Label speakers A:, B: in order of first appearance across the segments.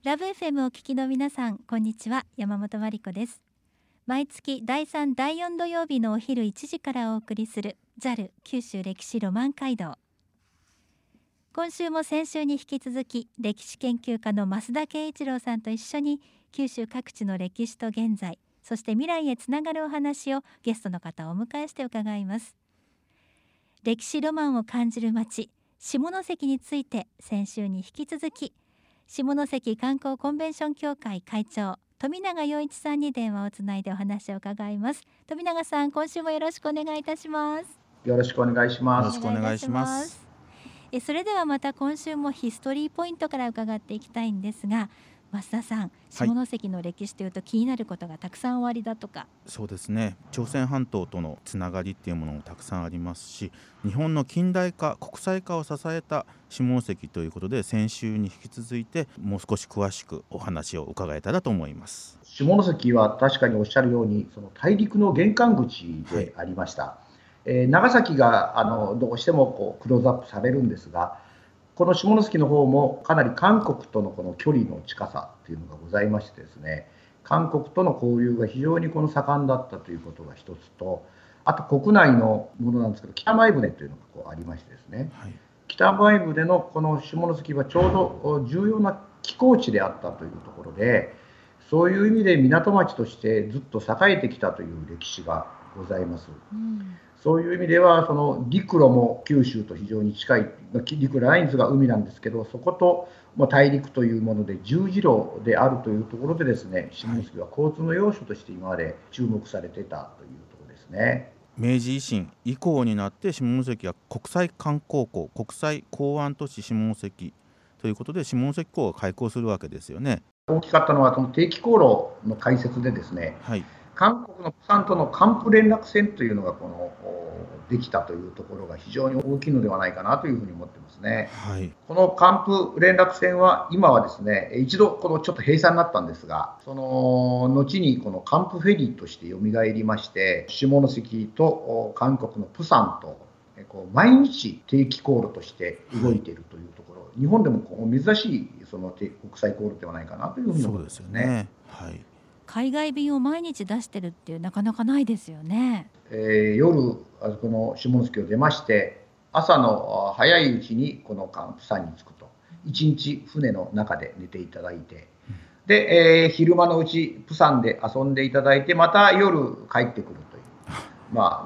A: ラブ FM を聞きの皆さん、こんにちは。山本真理子です。毎月第3第4土曜日のお昼1時からお送りする JAL 九州歴史ロマン街道。今週も先週に引き続き、歴史研究家の増田圭一郎さんと一緒に九州各地の歴史と現在、そして未来へつながるお話をゲストの方をお迎えして伺います。歴史ロマンを感じる街、下関について先週に引き続き、下関観光コンベンション協会会長富永洋一さんに電話をつないでお話を伺います。富永さん、今週もよろしくお願いいたします。
B: よろしくお願いします。
C: よろしくお願いします。
A: それではまた今週もヒストリーポイントから伺っていきたいんですが、増田さん、下関の歴史というと気になることがたくさんおありだとか。
C: そうですね、朝鮮半島とのつながりっていうものもたくさんありますし、日本の近代化国際化を支えた下関ということで、先週に引き続いてもう少し詳しくお話を伺えたらと思います。
B: 下関は確かにおっしゃるようにその大陸の玄関口でありました、長崎がどうしてもクローズアップされるんですが、この下関の方もかなり韓国とのこの距離の近さというのがございましてですね、韓国との交流が非常に盛んだったということが一つと、あと国内のものなんですけど、北前船というのがありましてですね、北前船のこの下関はちょうど重要な寄港地であったというところで、そういう意味で港町としてずっと栄えてきたという歴史がございます。そういう意味ではその陸路も九州と非常に近い、陸路ラインズが海なんですけど、そこと大陸というもので十字路であるというところでですね、下関は交通の要所として今まで注目されていたというところですね。
C: 明治維新以降になって下関は国際観光港、国際港湾都市下関ということで下関港が開港するわけですよね。
B: 大きかったのはこの定期航路の開設でですね、韓国の釜山との艦布連絡船というのができたというところが非常に大きいのではないかなというふうに思ってますね。この艦布連絡船は今はですね、一度ちょっと閉鎖になったんですが、その後にこの艦布フェリーとして蘇りまして、下関と韓国の釜山と毎日定期航路として動いているというところ、日本でも珍しいその国際航路ではないかなというふうに思いますね。
A: 海外便を毎日出してるっていうなかなかないですよね。
B: 夜この下関を出まして、朝の早いうちにこの釜山に着くと、一日船の中で寝ていただいて、で、昼間のうち釜山で遊んでいただいて、また夜帰ってくるという、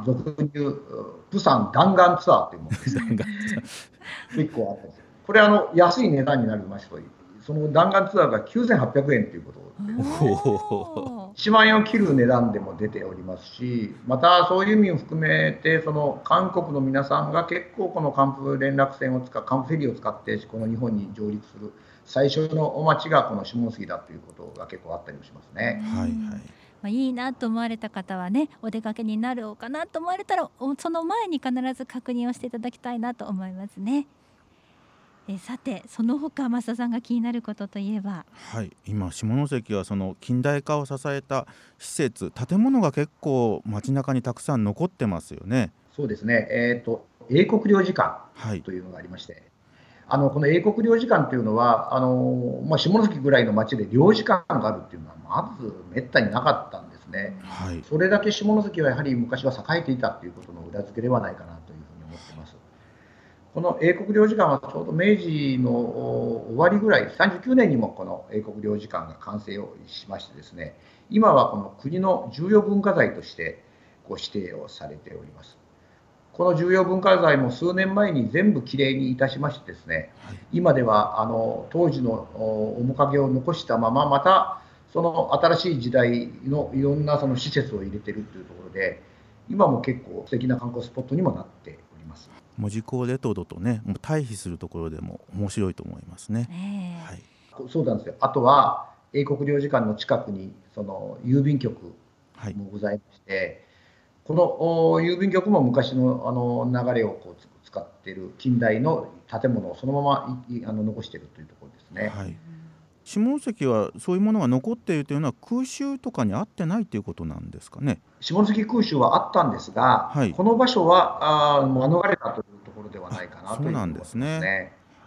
B: 俗に言う釜山弾丸ツアーというものですね。結構あったんですよ。これ安い値段になりまして、その弾丸ツアーが9800円ということで、1万円を切る値段でも出ておりますし、またそういう意味を含めて、その韓国の皆さんが結構この艦布連絡船を艦布フェリーを使ってこの日本に上陸する最初のお町がこの下関だということが結構あったりもしますね。
A: いいなと思われた方はね、お出かけになろうかなと思われたら、その前に必ず確認をしていただきたいなと思いますね。さて、その他増田さんが気になることといえば、
C: 今下関はその近代化を支えた施設、建物が結構街中にたくさん残ってますよね。
B: そうですね、英国領事館というのがありまして、この英国領事館というのは下関ぐらいの町で領事館があるというのはまずめったになかったんですね。それだけ下関はやはり昔は栄えていたということの裏付けではないかなというふうに思っています。この英国領事館はちょうど明治の終わりぐらい、39年にもこの英国領事館が完成をしましてですね、今はこの国の重要文化財として指定をされております。この重要文化財も数年前に全部きれいにいたしましてですね、今では当時の面影を残したまま、またその新しい時代のいろんなその施設を入れているというところで、今も結構素敵な観光スポットにもなっております。
C: 門司港レトロとね、もう対比するところでも面白いと思いますね。
B: そうなんですよ。あとは英国領事館の近くにその郵便局もございまして、この郵便局も昔の流れを使っている近代の建物をそのまま残しているというところですね。
C: 下関はそういうものが残っているというのは空襲とかにあってないということなんですかね。
B: 下関空襲はあったんですが、この場所は免れたというところではないかなというふうに思いますね。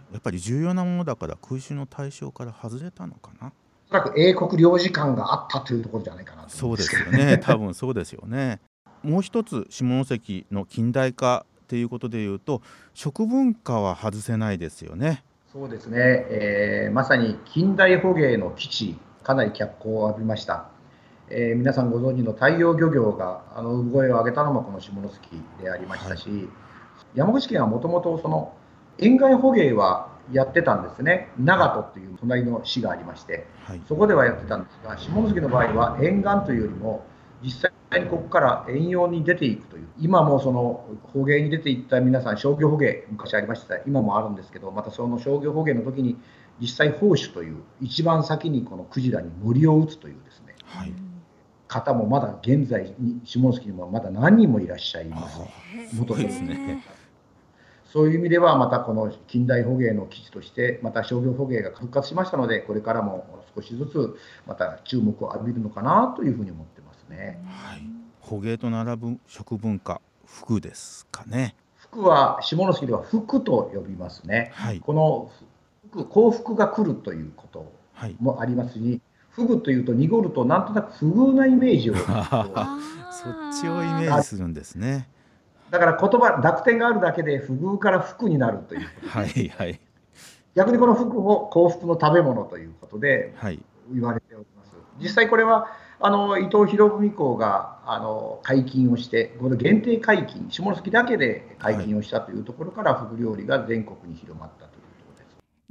C: やっぱり重要なものだから空襲の対象から外れたのかな。
B: おそらく英国領事館があったというところじゃないかなと
C: そうで
B: 思うんですけど。
C: すよね。多分そうですよね。もう一つ下関の近代化っていうことでいうと食文化は外せないですよね。
B: そうですね、まさに近代捕鯨の基地、かなり脚光を浴びました。皆さんご存知の太陽漁業が産声を上げたのもこの下関でありましたし、山口県はもともとその沿岸捕鯨はやってたんですね。長門という隣の市がありまして、そこではやってたんですが、下関の場合は沿岸というよりも実際にここから遠洋に出ていくという、今もその捕鯨に出ていった皆さん、商業捕鯨、昔ありました、今もあるんですけど、またその商業捕鯨の時に実際、砲手という、一番先にこのクジラに銛を打つというですね、方もまだ現在に、下関にもまだ何人もいらっしゃいます。元ですね。そういう意味では、またこの近代捕鯨の基地として、また商業捕鯨が復活しましたので、これからも少しずつまた注目を浴びるのかなというふうに思ってますね。
C: 捕鯨と並ぶ食文化、福ですかね。
B: 福は下関では福と呼びますね。この幸福が来るということもありますし、フグというと濁るとなんとなく不遇なイメージを
C: そっちをイメージするんですね。
B: だから言葉濁点があるだけで不遇から福になるということで、逆にこの福も幸福の食べ物ということで言われております。実際これは伊藤博文公が解禁をして、この限定解禁、下関だけで解禁をしたというところから、フグ料理が全国に広まったというところです。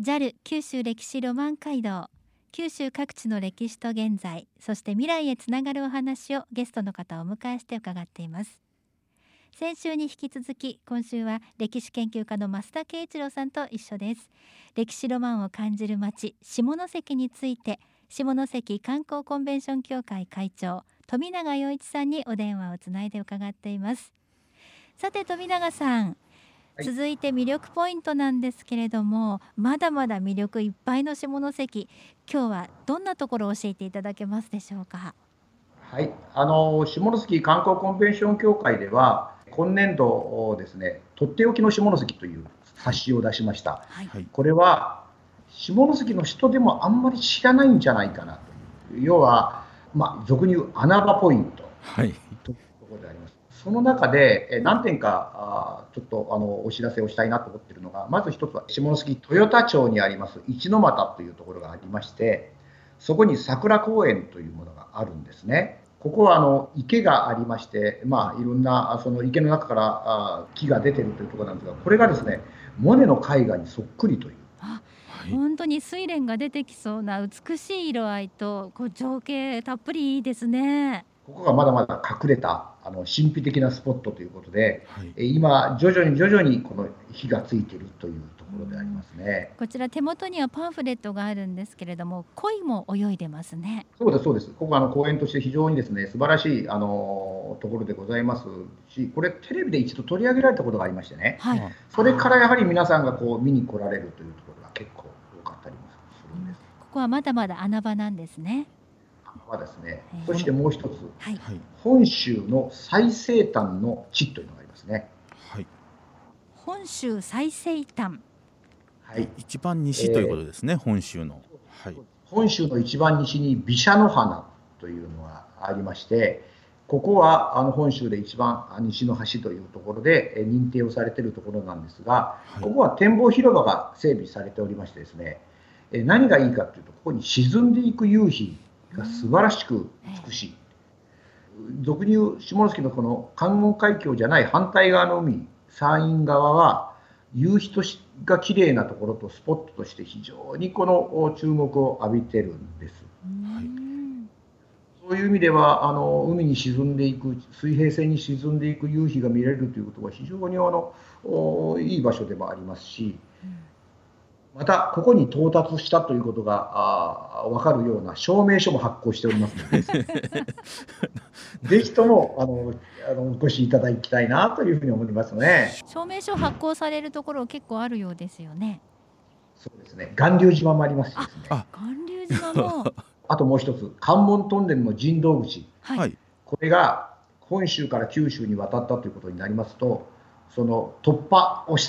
A: JAL 九州歴史ロマン街道、九州各地の歴史と現在、そして未来へつながるお話をゲストの方をお迎えして伺っています。先週に引き続き、今週は歴史研究家の増田圭一郎さんと一緒です。歴史ロマンを感じる街、下関について、下関観光コンベンション協会会長富永洋一さんにお電話をつないで伺っています。さて富永さん、続いて魅力ポイントなんですけれども、まだまだ魅力いっぱいの下関、今日はどんなところを教えていただけますでしょうか。
B: はい、下関観光コンベンション協会では今年度ですね、とっておきの下関という冊子を出しました。これは下関の人でもあんまり知らないんじゃないかなという、要は、俗に言う穴場ポイントというところであります。その中で何点かちょっとお知らせをしたいなと思っているのが、まず一つは下関豊田町にあります一の俣というところがありまして、そこに桜公園というものがあるんですね。ここは池がありまして、いろんなその池の中から木が出ているというところなんですが、これがですね、モネの絵画にそっくりという。
A: 本当に睡蓮が出てきそうな美しい色合いと情景たっぷりいいですね。
B: ここがまだまだ隠れた神秘的なスポットということで、今徐々にこの火がついているというところでありますね。
A: こちら手元にはパンフレットがあるんですけれども、鯉も泳いでますね。
B: そうですそうです。ここは公園として非常にですね、素晴らしいところでございますし、これテレビで一度取り上げられたことがありましてね、それからやはり皆さんが見に来られるというところが結構多かったりもするんです。
A: ここはまだまだ穴場なんですね。
B: ですね。そしてもう一つ、本州の最西端の地というのがありますね。
A: 本州最西端、
C: 一番西ということですね。本州の、
B: 本州の一番西に毘沙の花というのがありまして、ここは本州で一番西の端というところで認定をされているところなんですが、ここは展望広場が整備されておりましてですね、何がいいかというと、ここに沈んでいく夕日が素晴らしく美しい。俗に言う下関のこの関門海峡じゃない反対側の海、山陰側は夕日が綺麗なところとスポットとして非常にこの注目を浴びてるんです。そういう意味では海に沈んでいく、水平線に沈んでいく夕日が見れるということは非常にいい場所でもありますし、またここに到達したということが分かるような証明書も発行しておりますのでぜひともお越しいただきたいなというふうに思いますね。
A: 証明書発行されるところ結構あるようですよね。
B: そうですね。巌流島もありますしですね。
A: 巌流島も
B: あともう一つ、関門トンネルの神道口、これが本州から九州に渡ったということになりますと、その突破をした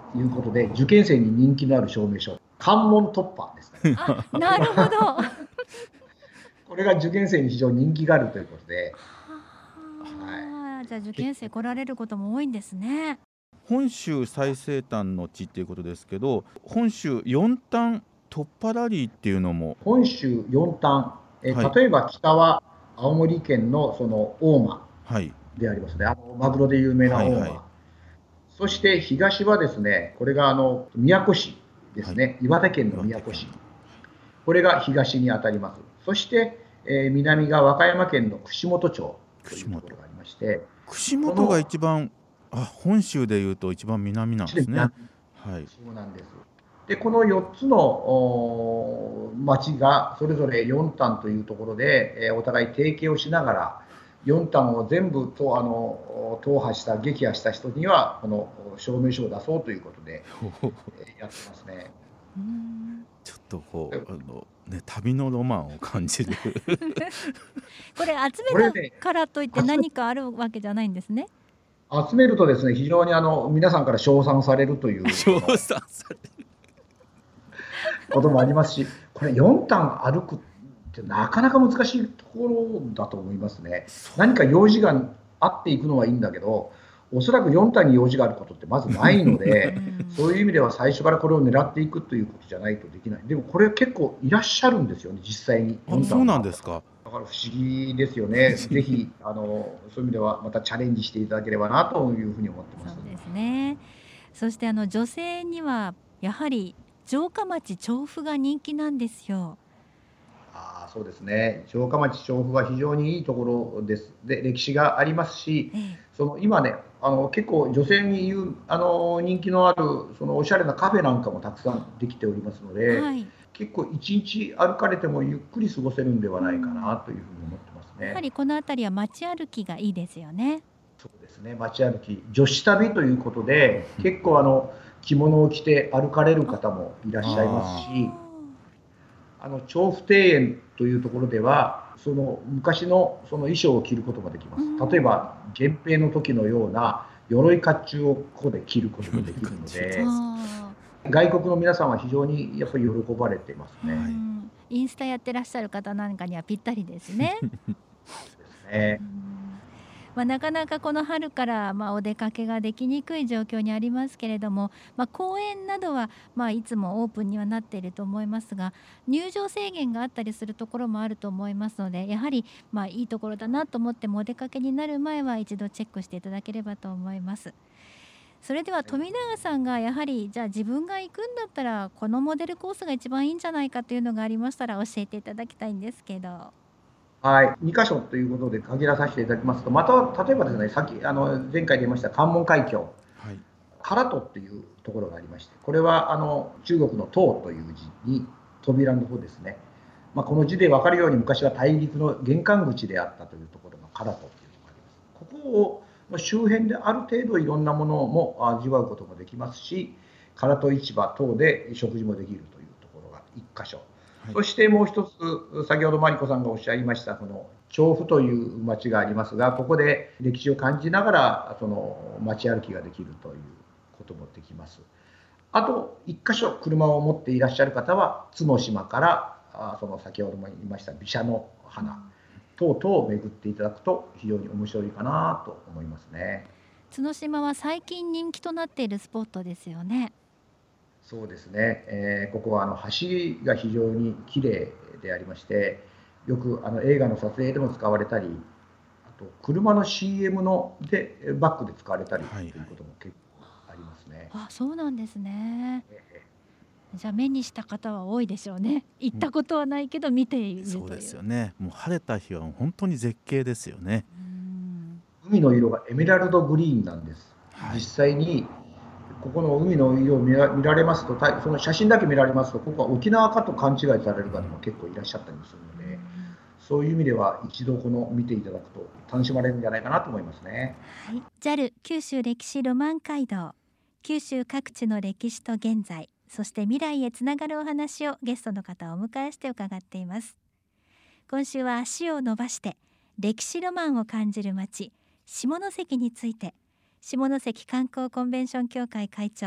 B: いうことで、受験生に人気のある証明書、関門突破ですね。
A: なるほど。
B: これが受験生に非常に人気があるということで、
A: じゃあ受験生来られることも多いんですね。
C: 本州最西端の地っていうことですけど、本州四端突破ラリーっていうのも。
B: 本州四端、
C: はい
B: 例えば北は青森県のその大間
C: はい
B: でありますね。マグロで有名な大間、
C: はいはい、
B: そして東はですね、これが宮古市ですね、岩手県の宮古市、これが東に当たります。そして、南が和歌山県の串本町というところがありまして、
C: 串本が一番、本州でいうと一番南なんですね。はい、
B: そうなんです。でこの4つの町がそれぞれ4端というところで、お互い提携をしながら4端を全部踏破した撃破した人にはこの証明書を出そうということでやってますね。
C: ちょっとこう旅のロマンを感じる
A: これ集めたからといって何かあるわけじゃないんですね。
B: 集めるとですね、非常に皆さんから称賛されるという
C: 称賛される
B: こともありますし、これ4端歩くってなかなか難しいところだと思いますね。何か用事があっていくのはいいんだけど、おそらく4端に用事があることってまずないのでそういう意味では最初からこれを狙っていくということじゃないとできない。でもこれ結構いらっしゃるんですよね、実際に。
C: そうなんですか。
B: だから不思議ですよね。ぜひそういう意味ではまたチャレンジしていただければなというふうに思ってます。
A: そうですね。そして女性にはやはり城下町調布が人気なんですよ。
B: そうですね。城下町調布は非常にいいところです。で、歴史がありますし、今ね、結構女性に人気のあるおしゃれなカフェなんかもたくさんできておりますので、結構一日歩かれてもゆっくり過ごせるんではないかなというふうに思ってますね。
A: やはりこの辺りは街歩きがいいですよね。
B: そうですね。街歩き、女子旅ということで、結構着物を着て歩かれる方もいらっしゃいますし、調布庭園というところでは昔の衣装を着ることができます。例えば源平の時のような鎧甲冑をここで着ることができるので外国の皆さんは非常にやっぱり喜ばれてますね。
A: インスタやってらっしゃる方なんかにはぴったりですね。
B: ですね。
A: なかなかこの春からお出かけができにくい状況にありますけれども、公園などはいつもオープンにはなっていると思いますが、入場制限があったりするところもあると思いますので、やはりいいところだなと思ってもお出かけになる前は一度チェックしていただければと思います。それでは富永さんがやはりじゃあ自分が行くんだったらこのモデルコースが一番いいんじゃないかというのがありましたら教えていただきたいんですけど。
B: はい、2箇所ということで限らさせていただきますと、また例えばですね、さっき前回出ました関門海峡、唐戸っていうところがありまして、これは中国の唐という字に扉の方ですね。この字で分かるように昔は大陸の玄関口であったというところの唐戸というのがあります。ここを周辺である程度いろんなものも味わうことができますし、唐戸市場等で食事もできるというところが1箇所。そしてもう一つ、先ほどマリコさんがおっしゃいましたこの調布という町がありますが、ここで歴史を感じながら街歩きができるということもできます。あと1箇所車を持っていらっしゃる方は角島から先ほども言いました毘沙の花等々を巡っていただくと非常に面白いかなと思いますね。
A: 角島は最近人気となっているスポットですよね。
B: そうですね、ここは橋が非常に綺麗でありまして、よく映画の撮影でも使われたり、あと車の CM でバックで使われたりということも結構ありますね。
A: そうなんですね。じゃあ目にした方は多いでしょうね。行ったことはないけど見ているという。
C: そうですよね。もう晴れた日は本当に絶景ですよね。
B: 海の色がエメラルドグリーンなんです。実際にここの海の色を見られますと、その写真だけ見られますと、ここは沖縄かと勘違いされる方も結構いらっしゃったりするので、そういう意味では一度見ていただくと楽しまれるんじゃないかなと思いますね。
A: JAL 九州歴史ロマン街道、九州各地の歴史と現在、そして未来へつながるお話をゲストの方をお迎えして伺っています。今週は足を伸ばして歴史ロマンを感じる街、下関について、下関観光コンベンション協会会長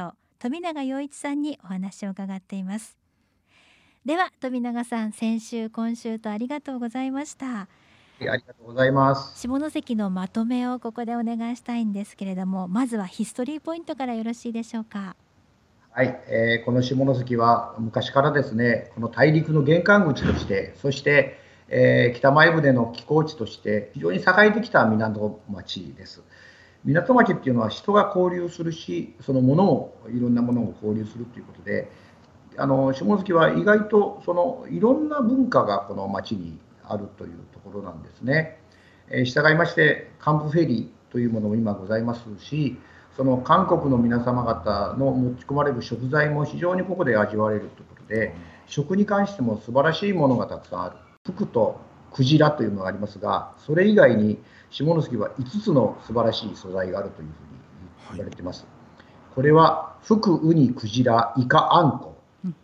A: 富永陽一さんにお話を伺っています。では富永さん、先週今週とありがとうございました。
B: ありがとうございます。
A: 下関のまとめをここでお願いしたいんですけれども、まずはヒストリーポイントからよろしいでしょうか。
B: はい、この下関は昔からですね、この大陸の玄関口として、そして、北前船の寄港地として非常に栄えてきた港町です。港町っていうのは人が交流するし、そのものをいろんなものを交流するということで、下関は意外といろんな文化がこの町にあるというところなんですね。従いまして幹部フェリーというものも今ございますし、その韓国の皆様方の持ち込まれる食材も非常にここで味わえるということで、食に関しても素晴らしいものがたくさんある。フクとクジラというのがありますが、それ以外に下関は5つの素晴らしい素材があるというふうに言われています。これはフク、ウニ、クジラ、イカ、アンコ。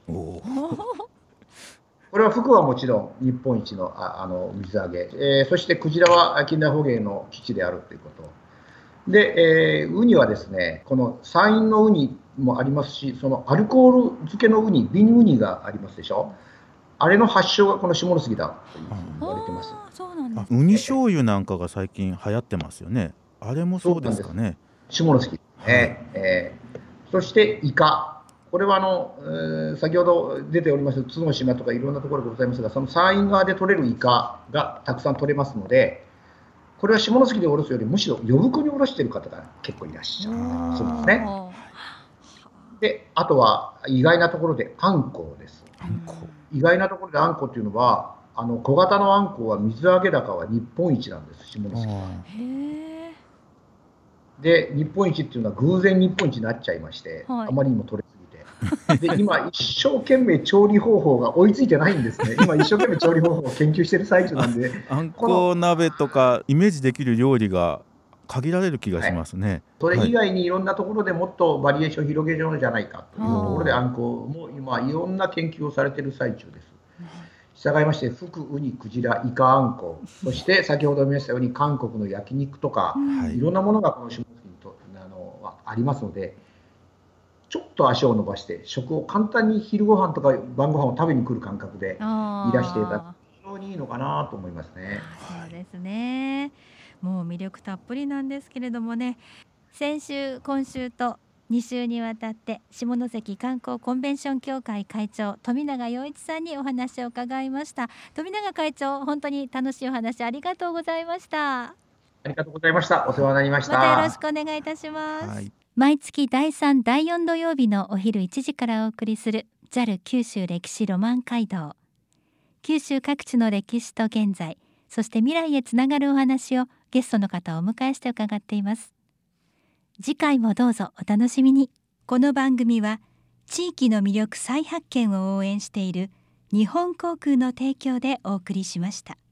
B: これはフクはもちろん日本一の水揚げ、そしてクジラは近代捕鯨の基地であるということで、ウニはですね、この山陰のウニもありますし、そのアルコール漬けのウニ、瓶ウニがありますでしょ。あれの発祥がこの下関だというふうに言われてます。
A: そうなんです。
C: ウニ醤油なんかが最近流行ってますよね。あれもそうですかね。
B: 下関ですね。そしてイカ。これは先ほど出ております角島とかいろんなところがございますが、その山陰側で取れるイカがたくさん取れますので、これは下関でおろすよりむしろ呼子におろしている方が結構いらっしゃるそうですね。で、あとは意外なところであんこうです。意外なところであんこっていうのは小型のあんこうは水揚げ高は日本一なんです、下関は。で、日本一っていうのは偶然日本一になっちゃいまして、あまりにも取れすぎて。で今一生懸命調理方法が追いついてないんですね。今一生懸命調理方法を研究している最中なんで
C: あんこ鍋とかイメージできる料理が限られる気がしますね。
B: それ以外にいろんなところでもっとバリエーションを広げるのじゃないかというところで、あんこも今いろんな研究をされている最中です。従いましてフク、ウニ、クジラ、イカ、あんこ、そして先ほど見ましたように韓国の焼肉とか、いろんなものがこの下関にありますので、ちょっと足を伸ばして食を簡単に昼ご飯とか晩ご飯を食べに来る感覚でいらしていただくと非常にいいのかなと思いますね。
A: そうですね。もう魅力たっぷりなんですけれどもね、先週今週と2週にわたって下関観光コンベンション協会会長富永陽一さんにお話を伺いました。富永会長、本当に楽しいお話ありがとうございました。
B: ありがとうございました。お世話になりました。
A: またよろしくお願いいたします。毎月第3、第4土曜日のお昼1時からお送りする JAL 九州歴史ロマン街道。九州各地の歴史と現在、そして未来へつながるお話をゲストの方をお迎えして伺っています。次回もどうぞお楽しみに。この番組は地域の魅力再発見を応援している日本航空の提供でお送りしました。